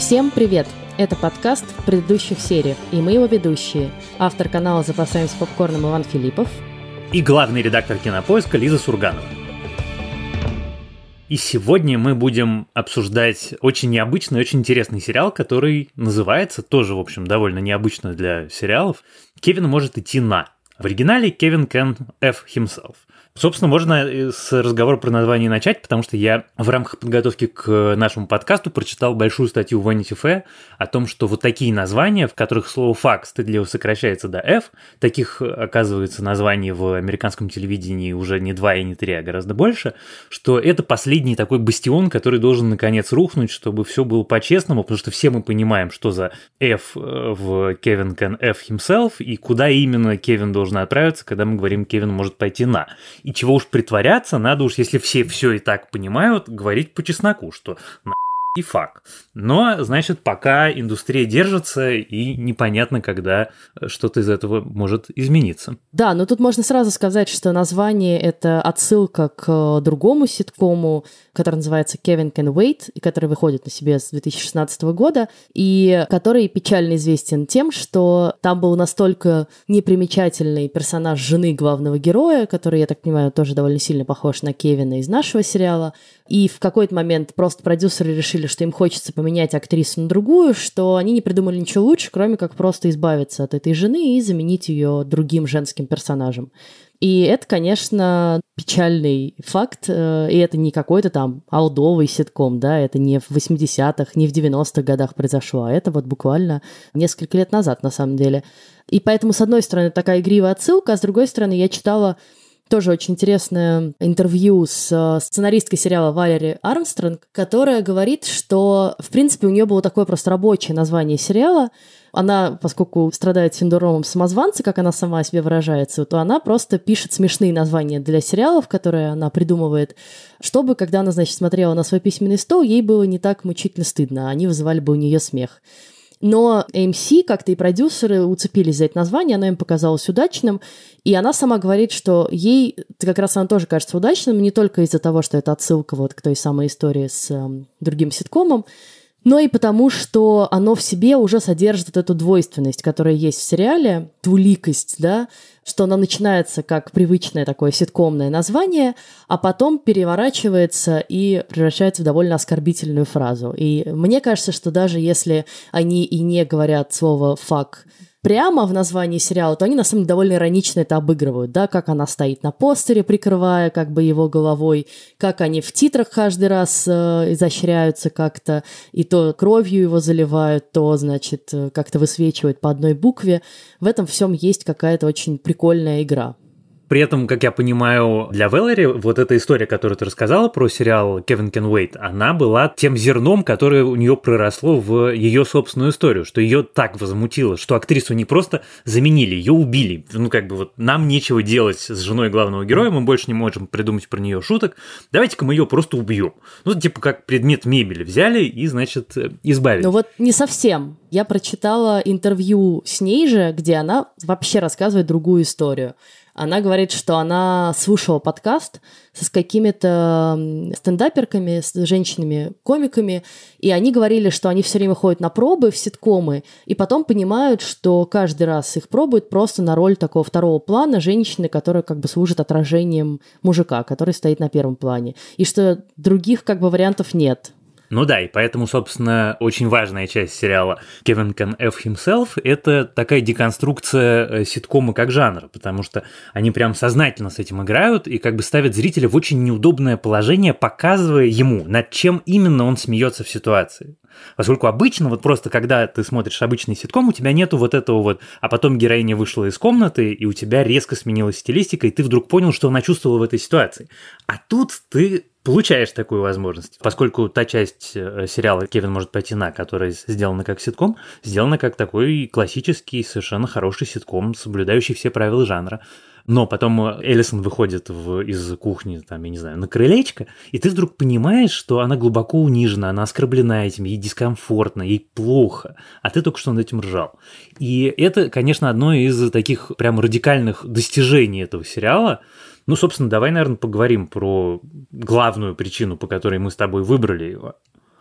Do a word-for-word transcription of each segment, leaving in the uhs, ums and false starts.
Всем привет! Это подкаст в предыдущих сериях, и мы его ведущие. Автор канала «Запасаемся попкорном» Иван Филиппов и главный редактор Кинопоиска Лиза Сурганова. И сегодня мы будем обсуждать очень необычный, очень интересный сериал, который называется, тоже, в общем, довольно необычно для сериалов, «Кевин может идти на». В оригинале «Kevin can F himself». Собственно, можно с разговора про название начать, потому что я в рамках подготовки к нашему подкасту прочитал большую статью в Vanity Fair о том, что вот такие названия, в которых слово «fuck» стыдливо сокращается до «f», таких, оказывается, названий в американском телевидении уже не два и не три, а гораздо больше, что это последний такой бастион, который должен, наконец, рухнуть, чтобы все было по-честному, потому что все мы понимаем, что за «f» в «Kevin can F himself» и куда именно Кевин должен отправиться, когда мы говорим «Кевин может пойти на». И чего уж притворяться, надо уж, если все все и так понимают, говорить по чесноку, что на и фак. Но, значит, пока индустрия держится, и непонятно, когда что-то из этого может измениться. Да, но тут можно сразу сказать, что название — это отсылка к другому ситкому, который называется «Kevin Can Wait», и который выходит на си би эс с две тысячи шестнадцатого года, и который печально известен тем, что там был настолько непримечательный персонаж жены главного героя, который, я так понимаю, тоже довольно сильно похож на Кевина из нашего сериала, и в какой-то момент просто продюсеры решили, что им хочется поменять актрису на другую, что они не придумали ничего лучше, кроме как просто избавиться от этой жены и заменить ее другим женским персонажем. И это, конечно, печальный факт, и это не какой-то там олдовый ситком, да, это не в восьмидесятых, не в девяностых годах произошло, а это вот буквально несколько лет назад, на самом деле. И поэтому, с одной стороны, такая игривая отсылка, а с другой стороны, я читала тоже очень интересное интервью с сценаристкой сериала Валери Армстронг, которая говорит, что, в принципе, у нее было такое просто рабочее название сериала. Она, поскольку страдает синдромом самозванца, как она сама себе выражается, то она просто пишет смешные названия для сериалов, которые она придумывает, чтобы, когда она, значит, смотрела на свой письменный стол, ей было не так мучительно стыдно, а они вызывали бы у нее смех. Но эй эм си, как-то и продюсеры уцепились за это название, оно им показалось удачным, и она сама говорит, что ей как раз оно тоже кажется удачным, не только из-за того, что это отсылка вот к той самой истории с э, другим ситкомом, но и потому, что оно в себе уже содержит вот эту двойственность, которая есть в сериале, двуликость, да, что она начинается как привычное такое ситкомное название, а потом переворачивается и превращается в довольно оскорбительную фразу. И мне кажется, что даже если они и не говорят слово «фак» прямо в названии сериала, то они, на самом деле, довольно иронично это обыгрывают, да, как она стоит на постере, прикрывая как бы его головой, как они в титрах каждый раз э, изощряются как-то, и то кровью его заливают, то, значит, как-то высвечивают по одной букве. В этом всем есть какая-то очень прикольная игра. При этом, как я понимаю, для Вэллери вот эта история, которую ты рассказала про сериал «Kevin Can Wait», она была тем зерном, которое у нее проросло в ее собственную историю, что ее так возмутило, что актрису не просто заменили, ее убили. Ну, как бы вот нам нечего делать с женой главного героя, мы больше не можем придумать про нее шуток, давайте-ка мы ее просто убьем. Ну, типа как предмет мебели взяли и, значит, избавили. Ну вот не совсем. Я прочитала интервью с ней же, где она вообще рассказывает другую историю. Она говорит, что она слушала подкаст с какими-то стендаперками, с женщинами-комиками, и они говорили, что они все время ходят на пробы в ситкомы, и потом понимают, что каждый раз их пробуют просто на роль такого второго плана женщины, которая как бы служит отражением мужика, который стоит на первом плане, и что других как бы вариантов нет. Ну да, и поэтому, собственно, очень важная часть сериала «Kevin Can F Himself» — это такая деконструкция ситкома как жанра, потому что они прям сознательно с этим играют и как бы ставят зрителя в очень неудобное положение, показывая ему, над чем именно он смеется в ситуации. Поскольку обычно, вот просто когда ты смотришь обычный ситком, у тебя нету вот этого вот, а потом героиня вышла из комнаты, и у тебя резко сменилась стилистика, и ты вдруг понял, что она чувствовала в этой ситуации. А тут ты получаешь такую возможность, поскольку та часть сериала «Кевин может пойти на», которая сделана как ситком, сделана как такой классический, совершенно хороший ситком, соблюдающий все правила жанра. Но потом Эллисон выходит в, из кухни, там, я не знаю, на крылечко, и ты вдруг понимаешь, что она глубоко унижена, она оскорблена этим, ей дискомфортно, ей плохо, а ты только что над этим ржал. И это, конечно, одно из таких прям радикальных достижений этого сериала. Ну, собственно, давай, наверное, поговорим про главную причину, по которой мы с тобой выбрали его.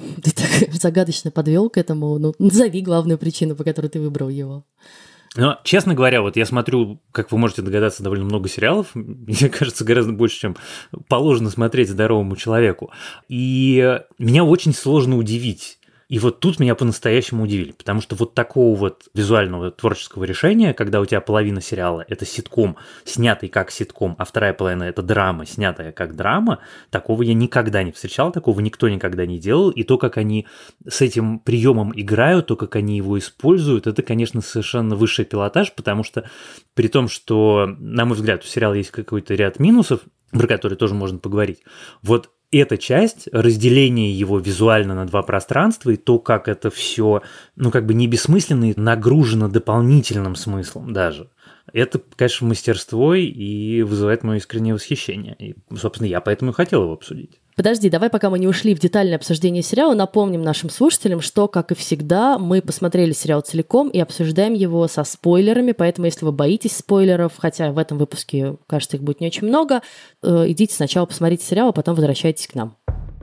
Ты так загадочно подвел к этому. Ну, назови главную причину, по которой ты выбрал его. Но, честно говоря, вот я смотрю, как вы можете догадаться, довольно много сериалов, мне кажется, гораздо больше, чем положено смотреть здоровому человеку. И меня очень сложно удивить. И вот тут меня по-настоящему удивили, потому что вот такого вот визуального творческого решения, когда у тебя половина сериала – это ситком, снятый как ситком, а вторая половина – это драма, снятая как драма, такого я никогда не встречал, такого никто никогда не делал. И то, как они с этим приемом играют, то, как они его используют, это, конечно, совершенно высший пилотаж, потому что при том, что, на мой взгляд, у сериала есть какой-то ряд минусов, про которые тоже можно поговорить, вот эта часть, разделение его визуально на два пространства и то, как это все, ну, как бы не бессмысленно и нагружено дополнительным смыслом даже, это, конечно, мастерство и вызывает мое искреннее восхищение. И, собственно, я поэтому и хотел его обсудить. Подожди, давай, пока мы не ушли в детальное обсуждение сериала, напомним нашим слушателям, что, как и всегда, мы посмотрели сериал целиком и обсуждаем его со спойлерами, поэтому если вы боитесь спойлеров, хотя в этом выпуске, кажется, их будет не очень много, идите сначала посмотрите сериал, а потом возвращайтесь к нам.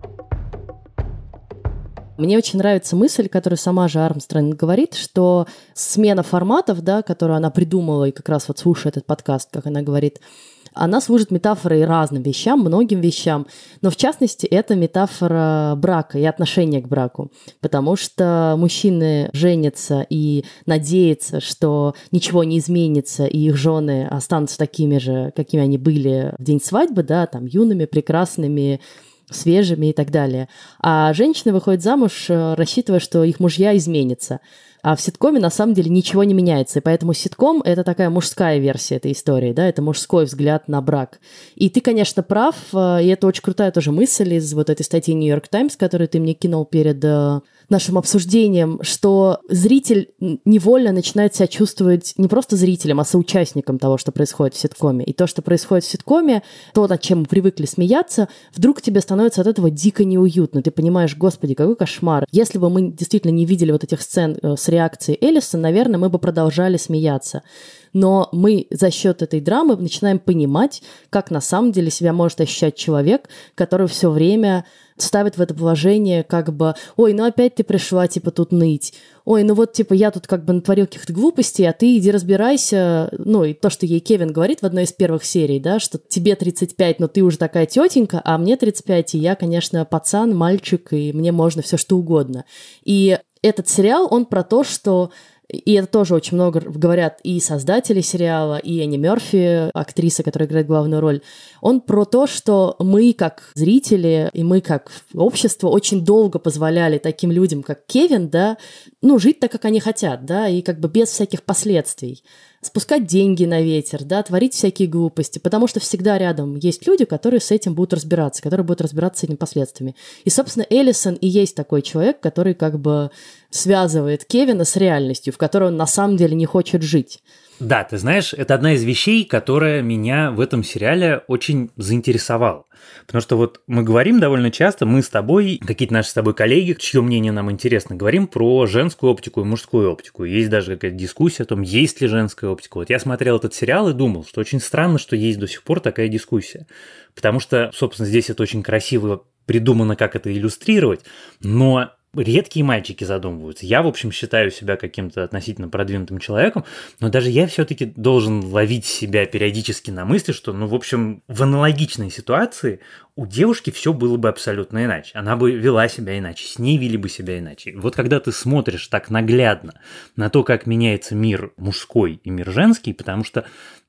Мне очень нравится мысль, которую сама же Армстронг говорит, что смена форматов, да, которую она придумала, и как раз вот слушая этот подкаст, как она говорит, она служит метафорой разным вещам, многим вещам, но в частности это метафора брака и отношения к браку, потому что мужчины женятся и надеются, что ничего не изменится, и их жены останутся такими же, какими они были в день свадьбы, да, там юными, прекрасными, свежими и так далее. А женщины выходят замуж, рассчитывая, что их мужья изменятся. А в ситкоме на самом деле ничего не меняется. И поэтому ситком — это такая мужская версия этой истории, да, это мужской взгляд на брак. И ты, конечно, прав, и это очень крутая тоже мысль из вот этой статьи New York Times, которую ты мне кинул перед нашим обсуждением, что зритель невольно начинает себя чувствовать не просто зрителем, а соучастником того, что происходит в ситкоме. И то, что происходит в ситкоме, то, над чем мы привыкли смеяться, вдруг тебе становится от этого дико неуютно. Ты понимаешь, господи, какой кошмар. Если бы мы действительно не видели вот этих сцен с реакцией Эллисон, наверное, мы бы продолжали смеяться. Но мы за счет этой драмы начинаем понимать, как на самом деле себя может ощущать человек, который все время ставит в это положение как бы «Ой, ну опять ты пришла, типа, тут ныть. Ой, ну вот, типа, я тут как бы натворил каких-то глупостей, а ты иди разбирайся». Ну, и то, что ей Кевин говорит в одной из первых серий, да, что тебе тридцать пять, но ты уже такая тетенька, а мне тридцать пять, и я, конечно, пацан, мальчик, и мне можно все что угодно. И этот сериал, он про то, что... И это тоже очень много говорят и создатели сериала, и Энни Мерфи, актриса, которая играет главную роль. Он про то, что мы, как зрители, и мы, как общество, очень долго позволяли таким людям, как Кевин, да, ну, жить так, как они хотят, да, и как бы без всяких последствий. Спускать деньги на ветер, да, творить всякие глупости, потому что всегда рядом есть люди, которые с этим будут разбираться, которые будут разбираться с этими последствиями. И, собственно, Эллисон и есть такой человек, который как бы связывает Кевина с реальностью, в которой он на самом деле не хочет жить. Да, ты знаешь, это одна из вещей, которая меня в этом сериале очень заинтересовала. Потому что вот мы говорим довольно часто, мы с тобой, какие-то наши с тобой коллеги, чье мнение нам интересно, говорим про женскую оптику и мужскую оптику. Есть даже какая-то дискуссия о том, есть ли женская оптика. Вот я смотрел этот сериал и думал, что очень странно, что есть до сих пор такая дискуссия. Потому что, собственно, здесь это очень красиво придумано, как это иллюстрировать, но... Редкие мальчики задумываются. Я, в общем, считаю себя каким-то относительно продвинутым человеком, но даже я все-таки должен ловить себя периодически на мысли, что, ну, в общем, в аналогичной ситуации у девушки все было бы абсолютно иначе. Она бы вела себя иначе, с ней вели бы себя иначе. Вот когда ты смотришь так наглядно на то, как меняется мир мужской и мир женский, потому что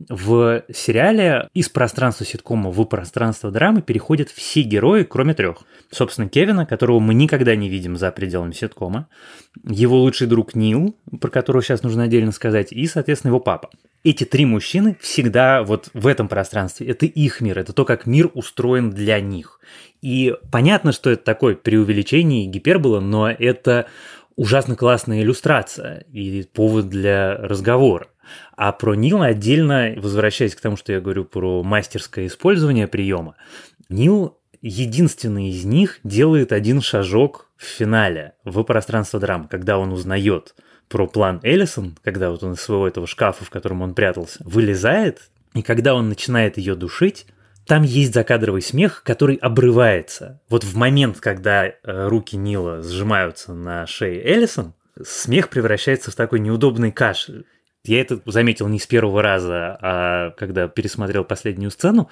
в сериале из пространства ситкома в пространство драмы переходят все герои, кроме трех. Собственно, Кевина, которого мы никогда не видим за пределами ситкома, его лучший друг Нил, про которого сейчас нужно отдельно сказать, и, соответственно, его папа. Эти три мужчины всегда вот в этом пространстве. Это их мир, это то, как мир устроен для них. И понятно, что это такое преувеличение и гипербола, но это ужасно классная иллюстрация и повод для разговора. А про Нила отдельно, возвращаясь к тому, что я говорю про мастерское использование приема, Нил единственный из них делает один шажок в финале, в пространство драмы, когда он узнает про план Эллисон, когда вот он из своего этого шкафа, в котором он прятался, вылезает, и когда он начинает ее душить, там есть закадровый смех, который обрывается. Вот в момент, когда э, руки Нила сжимаются на шее Эллисон, смех превращается в такой неудобный кашель. Я это заметил не с первого раза, а когда пересмотрел последнюю сцену.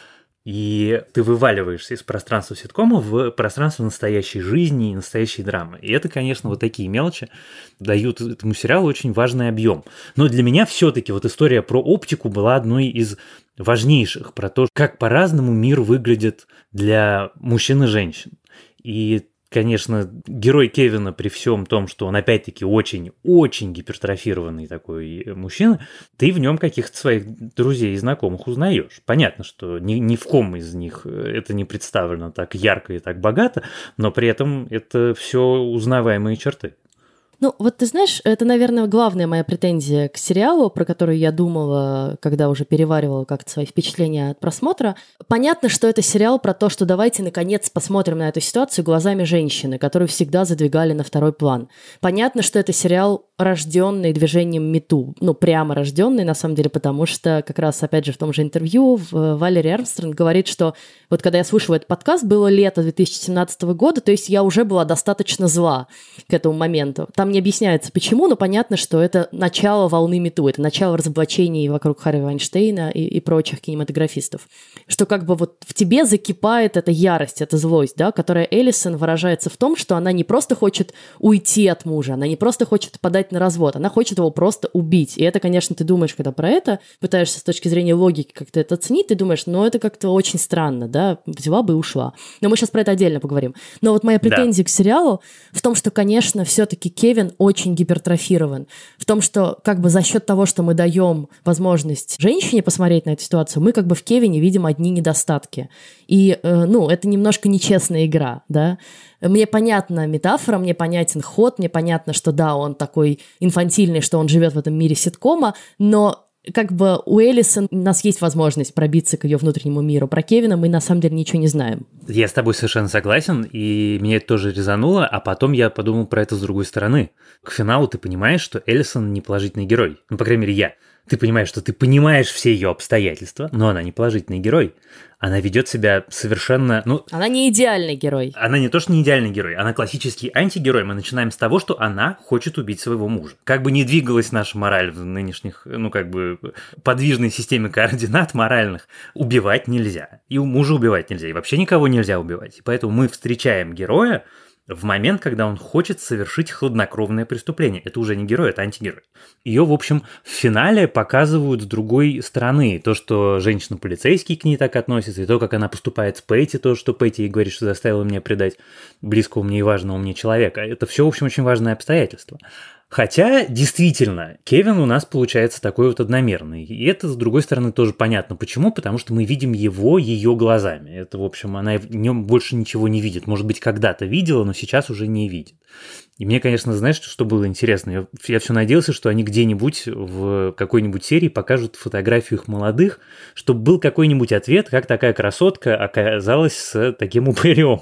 И ты вываливаешься из пространства ситкома в пространство настоящей жизни и настоящей драмы. И это, конечно, вот такие мелочи дают этому сериалу очень важный объем. Но для меня все-таки вот история про оптику была одной из важнейших, про то, как по-разному мир выглядит для мужчин и женщин. И, конечно, герой Кевина, при всем том, что он опять-таки очень-очень гипертрофированный такой мужчина, ты в нем каких-то своих друзей и знакомых узнаешь. Понятно, что ни, ни в ком из них это не представлено так ярко и так богато, но при этом это все узнаваемые черты. Ну, вот ты знаешь, это, наверное, главная моя претензия к сериалу, про который я думала, когда уже переваривала как-то свои впечатления от просмотра. Понятно, что это сериал про то, что давайте, наконец, посмотрим на эту ситуацию глазами женщины, которую всегда задвигали на второй план. Понятно, что это сериал, рожденный движением МИТУ. Ну, прямо рожденный, на самом деле, потому что как раз, опять же, в том же интервью Валери Армстронг говорит, что вот когда я слушала этот подкаст, было лето две тысячи семнадцатого года, то есть я уже была достаточно зла к этому моменту. Там не объясняется почему, но понятно, что это начало волны МИТУ, это начало разоблачений вокруг Харви Вайнштейна и, и прочих кинематографистов. Что как бы вот в тебе закипает эта ярость, эта злость, да, которая Эллисон выражается в том, что она не просто хочет уйти от мужа, она не просто хочет подать на развод, она хочет его просто убить. И это, конечно, ты думаешь, когда про это пытаешься с точки зрения логики как-то это оценить, ты думаешь, ну это как-то очень странно, да, взяла бы и ушла. Но мы сейчас про это отдельно поговорим. Но вот моя претензия да. к сериалу в том, что, конечно, все-таки Кевин очень гипертрофирован. В том, что как бы за счет того, что мы даем возможность женщине посмотреть на эту ситуацию, мы как бы в Кевине видим одни недостатки. И, э, ну, это немножко нечестная игра, да. Мне понятна метафора, мне понятен ход, мне понятно, что да, он такой инфантильный, что он живет в этом мире ситкома, но как бы у Эллисон у нас есть возможность пробиться к ее внутреннему миру. Про Кевина мы на самом деле ничего не знаем. Я с тобой совершенно согласен, и меня это тоже резануло, а потом я подумал про это с другой стороны. К финалу ты понимаешь, что Эллисон не положительный герой. Ну, по крайней мере, я. Ты понимаешь, что ты понимаешь все ее обстоятельства, но она не положительный герой. Она ведет себя совершенно... Ну, она не идеальный герой. Она не то, что не идеальный герой, она классический антигерой. Мы начинаем с того, что она хочет убить своего мужа. Как бы ни двигалась наша мораль в нынешних, ну, как бы, подвижной системе координат моральных, убивать нельзя. И у мужа убивать нельзя, и вообще никого нельзя убивать. И поэтому мы встречаем героя в момент, когда он хочет совершить хладнокровное преступление. Это уже не герой, это антигерой. Ее, в общем, в финале показывают с другой стороны. То, что женщина-полицейский к ней так относится, и то, как она поступает с Пэтти, то, что Пэтти ей говорит, что заставила меня предать близкого мне и важного мне человека. Это все, в общем, очень важное обстоятельство. Хотя, действительно, Кевин у нас получается такой вот одномерный. И это, с другой стороны, тоже понятно. Почему? Потому что мы видим его ее глазами. Это, в общем, она в нем больше ничего не видит. Может быть, когда-то видела, но сейчас уже не видит. И мне, конечно, знаешь, что было интересно? Я, я все надеялся, что они где-нибудь в какой-нибудь серии покажут фотографию их молодых, чтобы был какой-нибудь ответ, как такая красотка оказалась с таким упырем.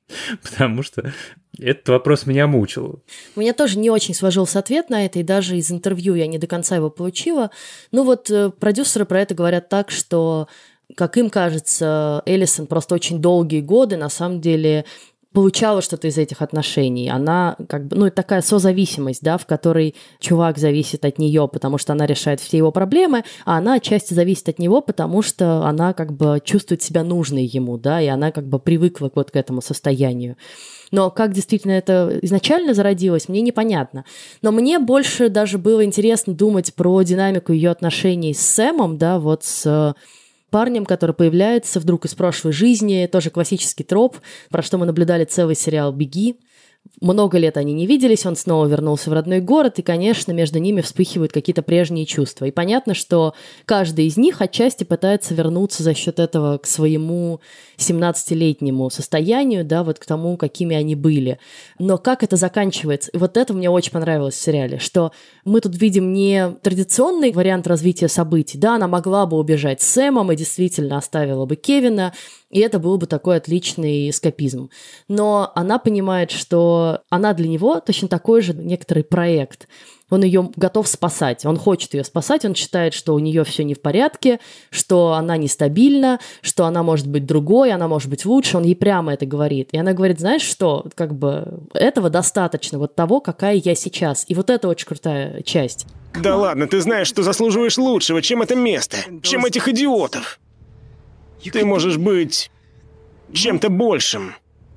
Потому что этот вопрос меня мучил. У меня тоже не очень сложился ответ на это, и даже из интервью я не до конца его получила. Ну вот продюсеры про это говорят так, что, как им кажется, Эллисон просто очень долгие годы на самом деле получала что-то из этих отношений. Она как бы, ну, такая созависимость, да, в которой чувак зависит от нее, потому что она решает все его проблемы, а она отчасти зависит от него, потому что она как бы чувствует себя нужной ему, да, и она как бы привыкла вот к этому состоянию. Но как действительно это изначально зародилось, мне непонятно. Но мне больше даже было интересно думать про динамику ее отношений с Сэмом, да, вот с парнем, который появляется вдруг из прошлой жизни, тоже классический троп, про что мы наблюдали целый сериал «Беги». Много лет они не виделись, он снова вернулся в родной город, и, конечно, между ними вспыхивают какие-то прежние чувства. И понятно, что каждый из них отчасти пытается вернуться за счет этого к своему семнадцатилетнему состоянию, да, вот к тому, какими они были. Но как это заканчивается? И вот это мне очень понравилось в сериале, что мы тут видим не традиционный вариант развития событий. Да, она могла бы убежать с Сэмом и действительно оставила бы Кевина, и это был бы такой отличный эскапизм. Но она понимает, что что она для него точно такой же некоторый проект. Он ее готов спасать, он хочет ее спасать, он считает, что у нее все не в порядке, что она нестабильна, что она может быть другой, она может быть лучше, он ей прямо это говорит. И она говорит, знаешь что, как бы этого достаточно, вот того, какая я сейчас. И вот это очень крутая часть. Да ладно, ты знаешь, что заслуживаешь лучшего, чем это место, чем этих идиотов. Ты можешь быть чем-то большим.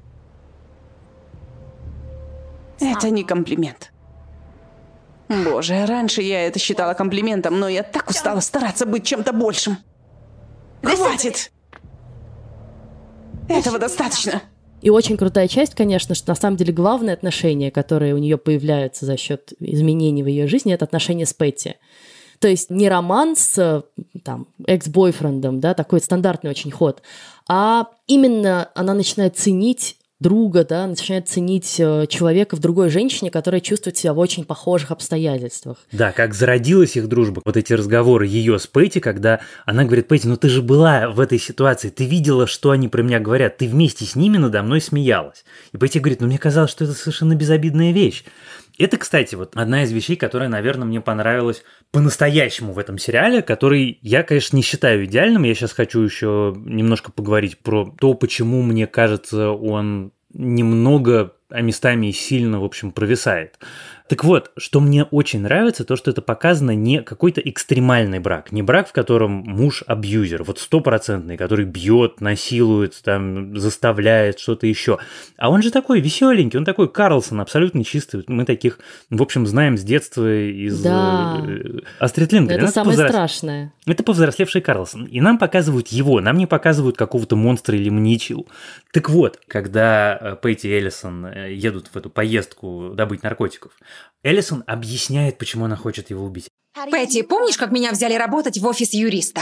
Это не комплимент. Боже, раньше я это считала комплиментом, но я так устала стараться быть чем-то большим. Хватит! Этого достаточно. И очень крутая часть, конечно, что на самом деле главное отношение, которое у нее появляется за счет изменений в ее жизни, это отношение с Пэтти. То есть не роман с там, экс-бойфрендом, да, такой стандартный очень ход, а именно она начинает ценить друга, да, начинает ценить человека в другой женщине, которая чувствует себя в очень похожих обстоятельствах. Да, как зародилась их дружба. Вот эти разговоры ее с Пэтти, когда она говорит, Пэтти, ну ты же была в этой ситуации, ты видела, что они про меня говорят, ты вместе с ними надо мной смеялась. И Пэтти говорит, ну мне казалось, что это совершенно безобидная вещь. Это, кстати, вот одна из вещей, которая, наверное, мне понравилась по-настоящему в этом сериале, который я, конечно, не считаю идеальным. Я сейчас хочу еще немножко поговорить про то, почему, мне кажется, он немного, а местами и сильно, в общем, провисает. Так вот, что мне очень нравится, то, что это показано не какой-то экстремальный брак, не брак, в котором муж абьюзер, вот стопроцентный, который бьет, насилует, там, заставляет, что-то еще. А он же такой веселенький, он такой Карлсон, абсолютно чистый. Мы таких, в общем, знаем с детства из да. Астрид Линдгрен. Это, это самое повзрос... страшное. Это повзрослевший Карлсон. И нам показывают его, нам не показывают какого-то монстра или мничил. Так вот, когда Пэтти и Эллисон едут в эту поездку добыть наркотиков, Эллисон объясняет, почему она хочет его убить. Пэтти, помнишь, как меня взяли работать в офис юриста?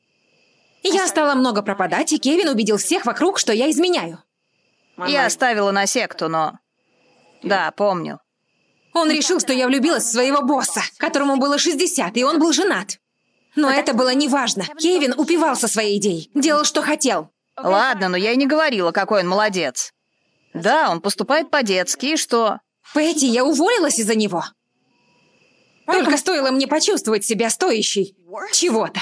Я стала много пропадать, и Кевин убедил всех вокруг, что я изменяю. Я ставила на секту, но... Да, помню. Он решил, что я влюбилась в своего босса, которому было шестьдесят, и он был женат. Но это было неважно. Кевин упивался своей идеей, делал, что хотел. Ладно, но я и не говорила, какой он молодец. Да, он поступает по-детски, и что... Пэтти, я уволилась из-за него. Только стоило мне почувствовать себя стоящей чего-то.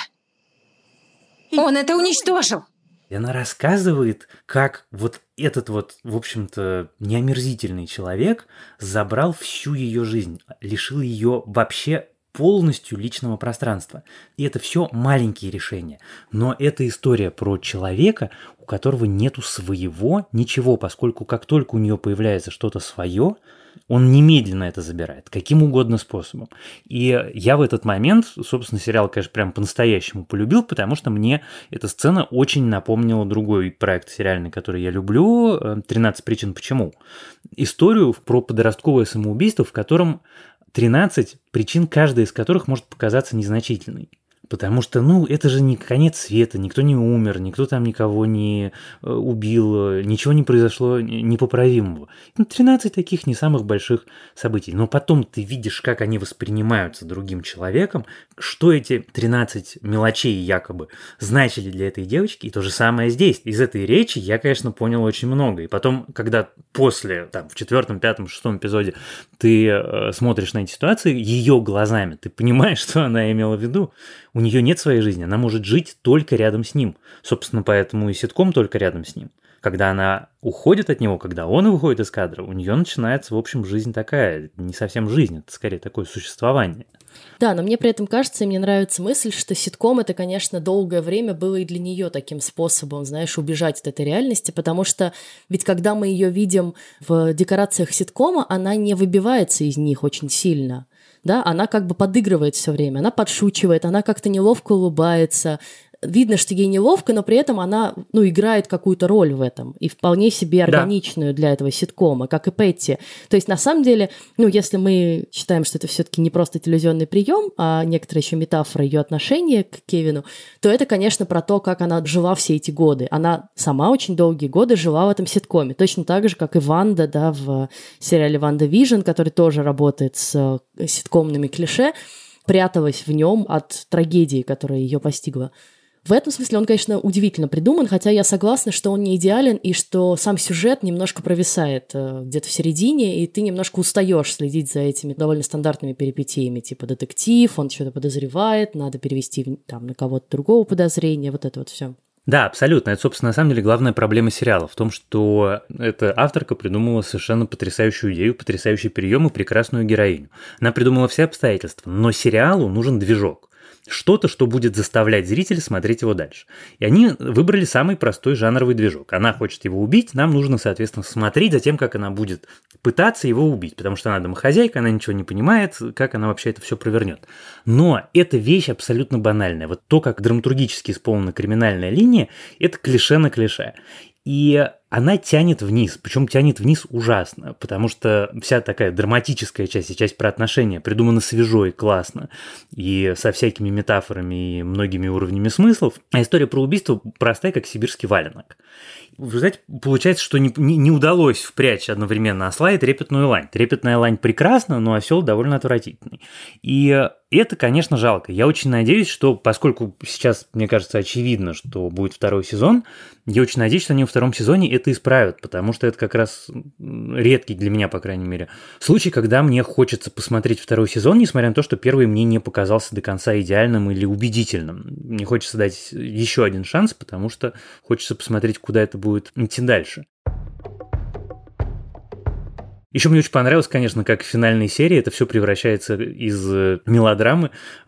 Он это уничтожил. И она рассказывает, как вот этот вот, в общем-то, неомерзительный человек забрал всю ее жизнь, лишил ее вообще полностью личного пространства. И это все маленькие решения. Но это история про человека, у которого нету своего ничего, поскольку как только у нее появляется что-то свое, он немедленно это забирает, каким угодно способом. И я в этот момент, собственно, сериал, конечно, прям по-настоящему полюбил, потому что мне эта сцена очень напомнила другой проект сериальный, который я люблю, «тринадцать причин почему». Историю про подростковое самоубийство, в котором тринадцать причин, каждая из которых может показаться незначительной. Потому что, ну, это же не конец света, никто не умер, никто там никого не э, убил, ничего не произошло непоправимого. Ну, тринадцать таких не самых больших событий. Но потом ты видишь, как они воспринимаются другим человеком, что эти тринадцать мелочей якобы значили для этой девочки, и то же самое здесь. Из этой речи я, конечно, понял очень много. И потом, когда после, там, в четвертом, пятом, шестом эпизоде ты э, смотришь на эти ситуации ее глазами, ты понимаешь, что она имела в виду. У нее нет своей жизни, она может жить только рядом с ним. Собственно, поэтому и ситком только рядом с ним. Когда она уходит от него, когда он выходит из кадра, у нее начинается, в общем, жизнь такая, не совсем жизнь, это скорее такое существование. Да, но мне при этом кажется, и мне нравится мысль, что ситком это, конечно, долгое время было и для нее таким способом, знаешь, убежать от этой реальности, потому что ведь когда мы ее видим в декорациях ситкома, она не выбивается из них очень сильно. Да, она как бы подыгрывает все время, она подшучивает, она как-то неловко улыбается. Видно, что ей неловко, но при этом она, ну, играет какую-то роль в этом, и вполне себе органичную да. для этого ситкома, как и Пэтти. То есть, на самом деле, ну, если мы считаем, что это все-таки не просто телевизионный прием, а некоторая еще метафора ее отношения к Кевину, то это, конечно, про то, как она жила все эти годы. Она сама очень долгие годы жила в этом ситкоме, точно так же, как и Ванда, да, в сериале «Ванда Вижн», который тоже работает с ситкомными клише, пряталась в нем от трагедии, которая ее постигла. В этом смысле он, конечно, удивительно придуман, хотя я согласна, что он не идеален и что сам сюжет немножко провисает э, где-то в середине, и ты немножко устаешь следить за этими довольно стандартными перипетиями, типа детектив, он что-то подозревает, надо перевести там на кого-то другого подозрения, вот это вот все. Да, абсолютно. Это, собственно, на самом деле главная проблема сериала в том, что эта авторка придумала совершенно потрясающую идею, потрясающий прием и прекрасную героиню. Она придумала все обстоятельства, но сериалу нужен движок. Что-то, что будет заставлять зрителя смотреть его дальше. И они выбрали самый простой жанровый движок. Она хочет его убить, нам нужно, соответственно, смотреть за тем, как она будет пытаться его убить, потому что она домохозяйка, она ничего не понимает, как она вообще это все провернет. Но эта вещь абсолютно банальная. Вот то, как драматургически исполнена криминальная линия, это клише на клише. И она тянет вниз, причем тянет вниз ужасно, потому что вся такая драматическая часть и часть про отношения придумана свежо и классно, и со всякими метафорами и многими уровнями смыслов, а история про убийство простая, как сибирский валенок. В результате получается, что не, не, не удалось впрячь одновременно осла и трепетную лань. Трепетная лань прекрасна, но осел довольно отвратительный. И это, конечно, жалко. Я очень надеюсь, что, поскольку сейчас, мне кажется, очевидно, что будет второй сезон, я очень надеюсь, что они во втором сезоне это исправят, потому что это как раз редкий для меня, по крайней мере, случай, когда мне хочется посмотреть второй сезон, несмотря на то, что первый мне не показался до конца идеальным или убедительным. Мне хочется дать еще один шанс, потому что хочется посмотреть, куда это будет идти дальше. Еще мне очень понравилось, конечно, как в финальной серии это все превращается из мелодрамы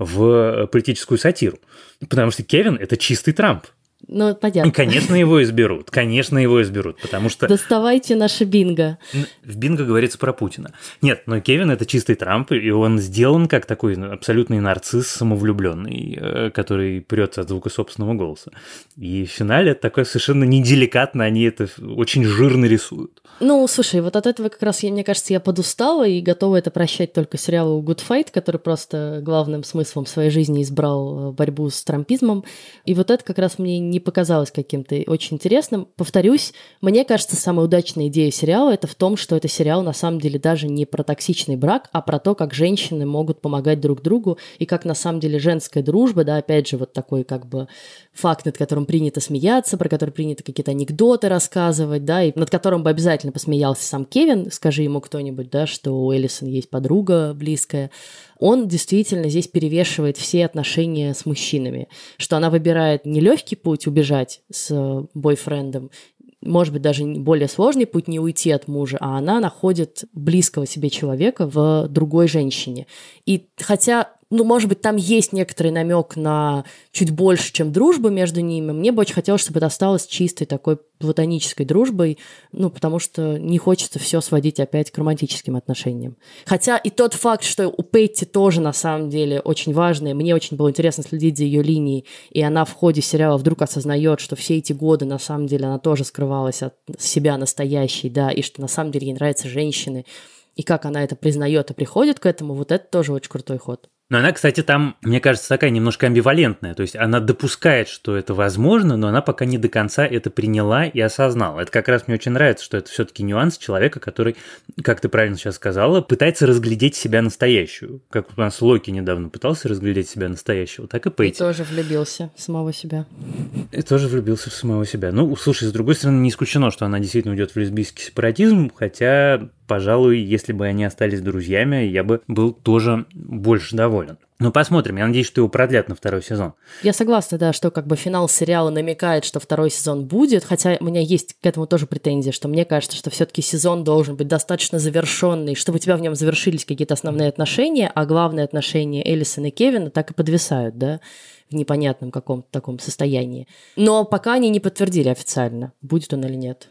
в политическую сатиру. Потому что Кевин – это чистый Трамп. Ну, понятно. И, конечно, его изберут. Конечно, его изберут, потому что... Доставайте наше бинго. В бинго говорится про Путина. Нет, но Кевин – это чистый Трамп, и он сделан как такой абсолютный нарцисс самовлюбленный, который прется от звука собственного голоса. И в финале это такое совершенно неделикатно, они это очень жирно рисуют. Ну, слушай, вот от этого как раз, мне кажется, я подустала и готова это прощать только сериалу Good Fight, который просто главным смыслом своей жизни избрал борьбу с трампизмом. И вот это как раз мне не показалось каким-то очень интересным. Повторюсь, мне кажется, самая удачная идея сериала — это в том, что это сериал на самом деле даже не про токсичный брак, а про то, как женщины могут помогать друг другу, и как на самом деле женская дружба, да, опять же, вот такой как бы факт, над которым принято смеяться, про который принято какие-то анекдоты рассказывать, да, и над которым бы обязательно посмеялся сам Кевин, скажи ему кто-нибудь, да, что у Эллисон есть подруга близкая. Он действительно здесь перевешивает все отношения с мужчинами, что она выбирает не легкий путь убежать с бойфрендом, может быть, даже более сложный путь не уйти от мужа, а она находит близкого себе человека в другой женщине. И хотя, ну, может быть, там есть некоторый намек на чуть больше, чем дружба между ними, мне бы очень хотелось, чтобы это осталось чистой такой платонической дружбой, ну, потому что не хочется все сводить опять к романтическим отношениям. Хотя и тот факт, что у Петти тоже, на самом деле, очень важный, мне очень было интересно следить за ее линией, и она в ходе сериала вдруг осознает, что все эти годы, на самом деле, она тоже скрывалась от себя настоящей, да, и что, на самом деле, ей нравятся женщины, и как она это признает и приходит к этому, вот это тоже очень крутой ход. Но она, кстати, там, мне кажется, такая немножко амбивалентная. То есть она допускает, что это возможно, но она пока не до конца это приняла и осознала. Это как раз мне очень нравится, что это все-таки нюанс человека, который, как ты правильно сейчас сказала, пытается разглядеть себя настоящую. Как у нас Локи недавно пытался разглядеть себя настоящего, так и Петти. И тоже влюбился в самого себя. И тоже влюбился в самого себя. Ну, слушай, с другой стороны, не исключено, что она действительно уйдет в лесбийский сепаратизм, хотя, пожалуй, если бы они остались друзьями, я бы был тоже больше доволен. Ну, посмотрим. Я надеюсь, что его продлят на второй сезон. Я согласна, да, что как бы финал сериала намекает, что второй сезон будет, хотя у меня есть к этому тоже претензия, что мне кажется, что все-таки сезон должен быть достаточно завершенный, чтобы у тебя в нем завершились какие-то основные отношения, а главные отношения Эллисон и Кевина так и подвисают, да, в непонятном каком-то таком состоянии. Но пока они не подтвердили официально, будет он или нет.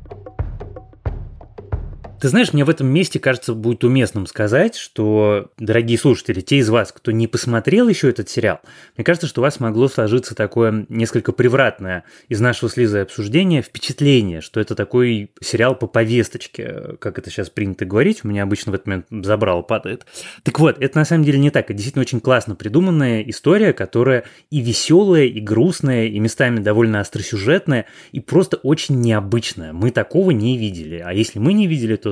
Ты знаешь, мне в этом месте, кажется, будет уместным сказать, что, дорогие слушатели, те из вас, кто не посмотрел еще этот сериал, мне кажется, что у вас могло сложиться такое несколько превратное из нашего с Лизой обсуждения впечатление, что это такой сериал по повесточке, как это сейчас принято говорить, у меня обычно в этот момент забрало падает. Так вот, это на самом деле не так, это действительно очень классно придуманная история, которая и веселая, и грустная, и местами довольно остросюжетная, и просто очень необычная. Мы такого не видели, а если мы не видели, то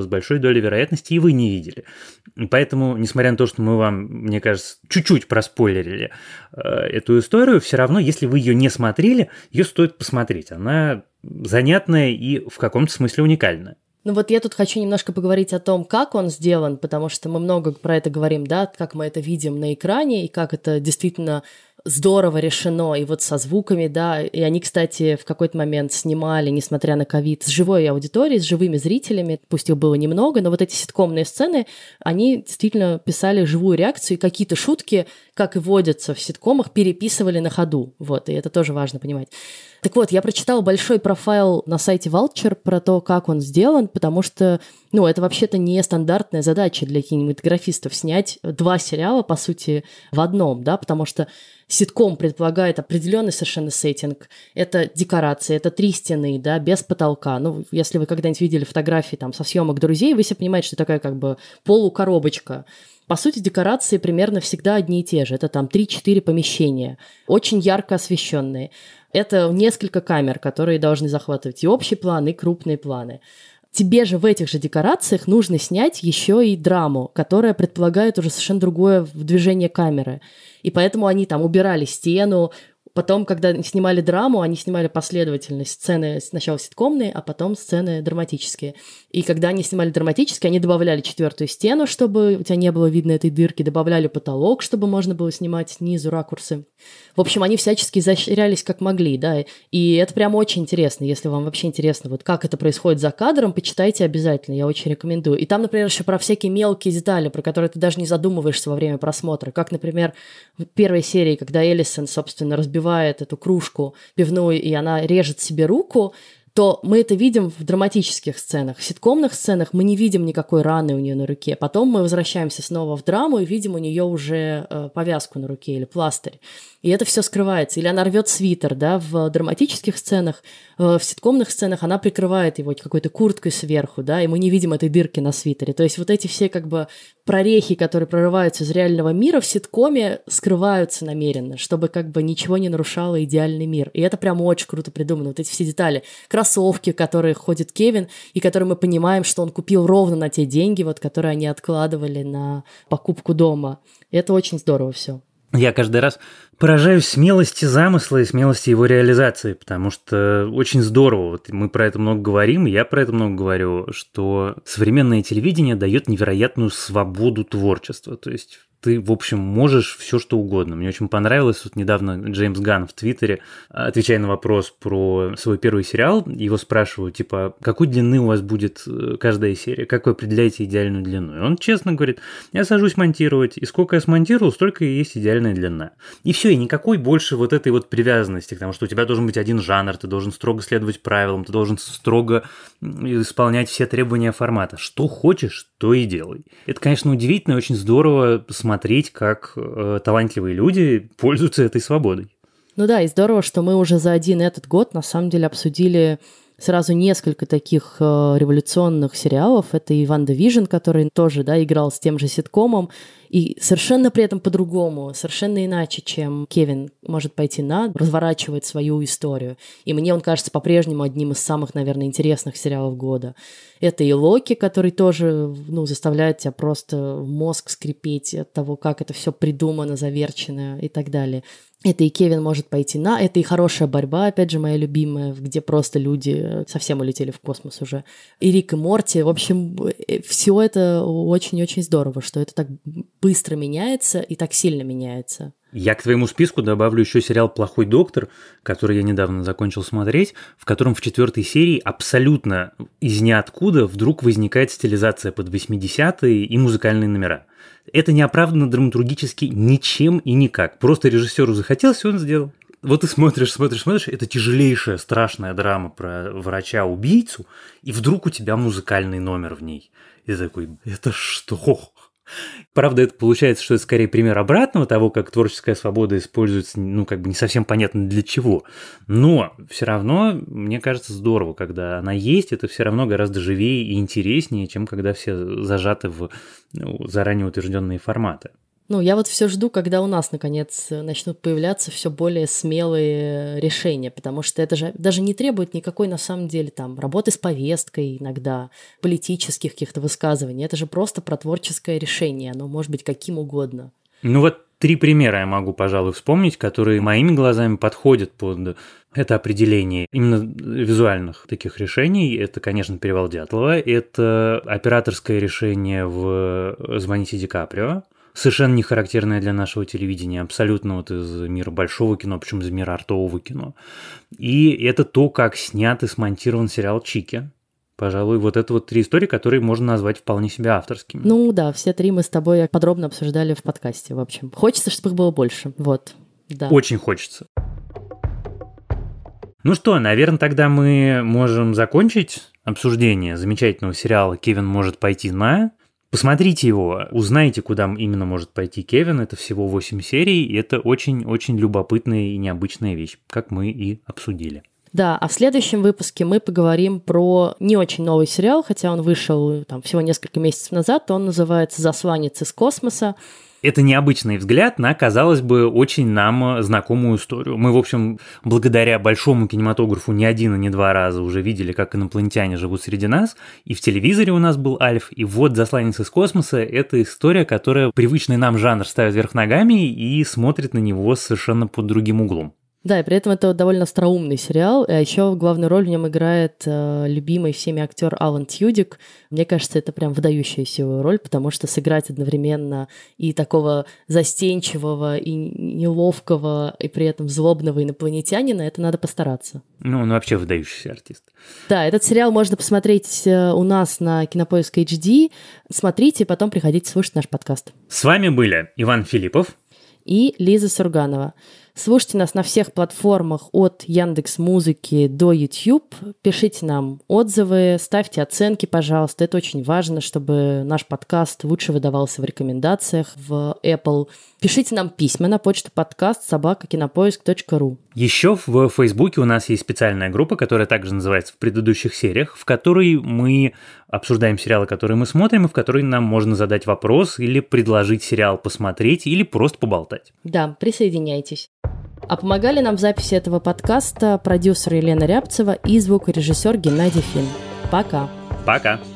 с большой долей вероятности и вы не видели. Поэтому, несмотря на то, что мы вам, мне кажется, чуть-чуть проспойлерили э, эту историю, все равно, если вы ее не смотрели, ее стоит посмотреть. Она занятная и в каком-то смысле уникальная. Ну вот я тут хочу немножко поговорить о том, как он сделан, потому что мы много про это говорим, да, как мы это видим на экране и как это действительно здорово решено, и вот со звуками, да, и они, кстати, в какой-то момент снимали, несмотря на ковид, с живой аудиторией, с живыми зрителями, пусть их было немного, но вот эти ситкомные сцены, они действительно писали живую реакцию, и какие-то шутки, как и водятся в ситкомах, переписывали на ходу, вот, и это тоже важно понимать. Так вот, я прочитала большой профайл на сайте Vulture про то, как он сделан, потому что, ну, это вообще-то не стандартная задача для кинематографистов снять два сериала, по сути, в одном, да, потому что ситком предполагает определенный совершенно сеттинг. Это декорации, это три стены, да, без потолка. Ну, если вы когда-нибудь видели фотографии там со съемок «Друзей», вы себе понимаете, что такая как бы полукоробочка. По сути, декорации примерно всегда одни и те же. Это там три-четыре помещения, очень ярко освещенные. Это несколько камер, которые должны захватывать и общий план, и крупные планы. Тебе же в этих же декорациях нужно снять еще и драму, которая предполагает уже совершенно другое движение камеры. И поэтому они там убирали стену. Потом, когда снимали драму, они снимали последовательно сцены сначала ситкомные, а потом сцены драматические. И когда они снимали драматические, они добавляли четвертую стену, чтобы у тебя не было видно этой дырки, добавляли потолок, чтобы можно было снимать снизу ракурсы. В общем, они всячески изощрялись как могли, да, и это прям очень интересно. Если вам вообще интересно, вот как это происходит за кадром, почитайте обязательно, я очень рекомендую. И там, например, еще про всякие мелкие детали, про которые ты даже не задумываешься во время просмотра, как, например, в первой серии, когда Элисон, собственно, разбивает эту кружку пивную, и она режет себе руку, то мы это видим в драматических сценах. В ситкомных сценах мы не видим никакой раны у нее на руке. Потом мы возвращаемся снова в драму и видим у нее уже э, повязку на руке или пластырь. И это все скрывается. Или она рвет свитер, да, в драматических сценах, э, в ситкомных сценах она прикрывает его какой-то курткой сверху, да, и мы не видим этой дырки на свитере. То есть вот эти все как бы прорехи, которые прорываются из реального мира, в ситкоме скрываются намеренно, чтобы как бы ничего не нарушало идеальный мир. И это прям очень круто придумано, вот эти все детали. Кроссовки, в которые ходит Кевин, и которые мы понимаем, что он купил ровно на те деньги, вот, которые они откладывали на покупку дома. И это очень здорово все. Я каждый раз поражаюсь смелости замысла и смелости его реализации, потому что очень здорово, вот мы про это много говорим, я про это много говорю, что современное телевидение дает невероятную свободу творчества, то есть ты, в общем, можешь все что угодно. Мне очень понравилось, вот недавно Джеймс Ганн в Твиттере, отвечая на вопрос про свой первый сериал, его спрашивают, типа, какой длины у вас будет каждая серия, как вы определяете идеальную длину? И он честно говорит, я сажусь монтировать, и сколько я смонтировал, столько и есть идеальная длина. И все, и никакой больше вот этой вот привязанности, потому что у тебя должен быть один жанр, ты должен строго следовать правилам, ты должен строго исполнять все требования формата. Что хочешь, то и делай. Это, конечно, удивительно и очень здорово смотреть, как э, талантливые люди пользуются этой свободой. Ну да, и здорово, что мы уже за один этот год на самом деле обсудили сразу несколько таких э, революционных сериалов. Это и «Ванда Вижн», который тоже, да, играл с тем же ситкомом, и совершенно при этом по-другому, совершенно иначе, чем Кевин может пойти на, разворачивает свою историю. И мне он кажется по-прежнему одним из самых, наверное, интересных сериалов года. Это и «Локи», который тоже, ну, заставляет тебя просто мозг скрипеть от того, как это все придумано, заверчено и так далее. Это и «Кевин может пойти на», это и «Хорошая борьба», опять же, моя любимая, где просто люди совсем улетели в космос уже. И «Рик и Морти». В общем, все это очень-очень здорово, что это так быстро меняется и так сильно меняется. Я к твоему списку добавлю еще сериал «Плохой доктор», который я недавно закончил смотреть, в котором в четвертой серии абсолютно из ниоткуда вдруг возникает стилизация под восьмидесятые и музыкальные номера. Это не оправдано драматургически ничем и никак. Просто режиссеру захотелось, и он сделал. Вот ты смотришь, смотришь, смотришь, это тяжелейшая, страшная драма про врача-убийцу, и вдруг у тебя музыкальный номер в ней. И ты такой, это что? Правда, это получается, что это скорее пример обратного того, как творческая свобода используется, ну, как бы не совсем понятно для чего. Но все равно, мне кажется, здорово, когда она есть, это все равно гораздо живее и интереснее, чем когда все зажаты в, ну, заранее утвержденные форматы. Ну, я вот все жду, когда у нас, наконец, начнут появляться все более смелые решения, потому что это же даже не требует никакой, на самом деле, там, работы с повесткой иногда, политических каких-то высказываний. Это же просто про творческое решение, оно может быть каким угодно. Ну вот три примера я могу, пожалуй, вспомнить, которые моими глазами подходят под это определение именно визуальных таких решений. Это, конечно, «Перевал Дятлова», это операторское решение в «Звоните Ди Каприо», совершенно не характерное для нашего телевидения, абсолютно вот из мира большого кино, причем из мира артового кино. И это то, как снят и смонтирован сериал «Чики». Пожалуй, вот это вот три истории, которые можно назвать вполне себе авторскими. Ну да, все три мы с тобой подробно обсуждали в подкасте, в общем. Хочется, чтобы их было больше, вот, да. Очень хочется. Ну что, наверное, тогда мы можем закончить обсуждение замечательного сериала «Кевин может пойти на...». Посмотрите его, узнайте, куда именно может пойти Кевин. Это всего восемь серий, и это очень-очень любопытная и необычная вещь, как мы и обсудили. Да, а в следующем выпуске мы поговорим про не очень новый сериал, хотя он вышел там всего несколько месяцев назад. Он называется «Засланец из космоса». Это необычный взгляд на, казалось бы, очень нам знакомую историю. Мы, в общем, благодаря большому кинематографу не один и не два раза уже видели, как инопланетяне живут среди нас, и в телевизоре у нас был Альф, и вот «Засланец из космоса» — это история, которая привычный нам жанр ставит вверх ногами и смотрит на него совершенно под другим углом. Да, и при этом это довольно остроумный сериал, а еще главную роль в нем играет э, любимый всеми актер Алан Тьюдик. Мне кажется, это прям выдающаяся его роль, потому что сыграть одновременно и такого застенчивого, и неловкого, и при этом злобного инопланетянина, это надо постараться. Ну, он вообще выдающийся артист. Да, этот сериал можно посмотреть у нас на Кинопоиск эйч ди. Смотрите, потом приходите слушать наш подкаст. С вами были Иван Филиппов и Лиза Сурганова. Слушайте нас на всех платформах от Яндекс.Музыки до YouTube. Пишите нам отзывы, ставьте оценки, пожалуйста. Это очень важно, чтобы наш подкаст лучше выдавался в рекомендациях в Apple. Пишите нам письма на почту подкаст собака кинопоиск точка ру. Еще в Фейсбуке у нас есть специальная группа, которая также называется «В предыдущих сериях», в которой мы обсуждаем сериалы, которые мы смотрим, и в которой нам можно задать вопрос или предложить сериал посмотреть, или просто поболтать. Да, присоединяйтесь. А помогали нам в записи этого подкаста продюсер Елена Рябцева и звукорежиссер Геннадий Фин. Пока. Пока.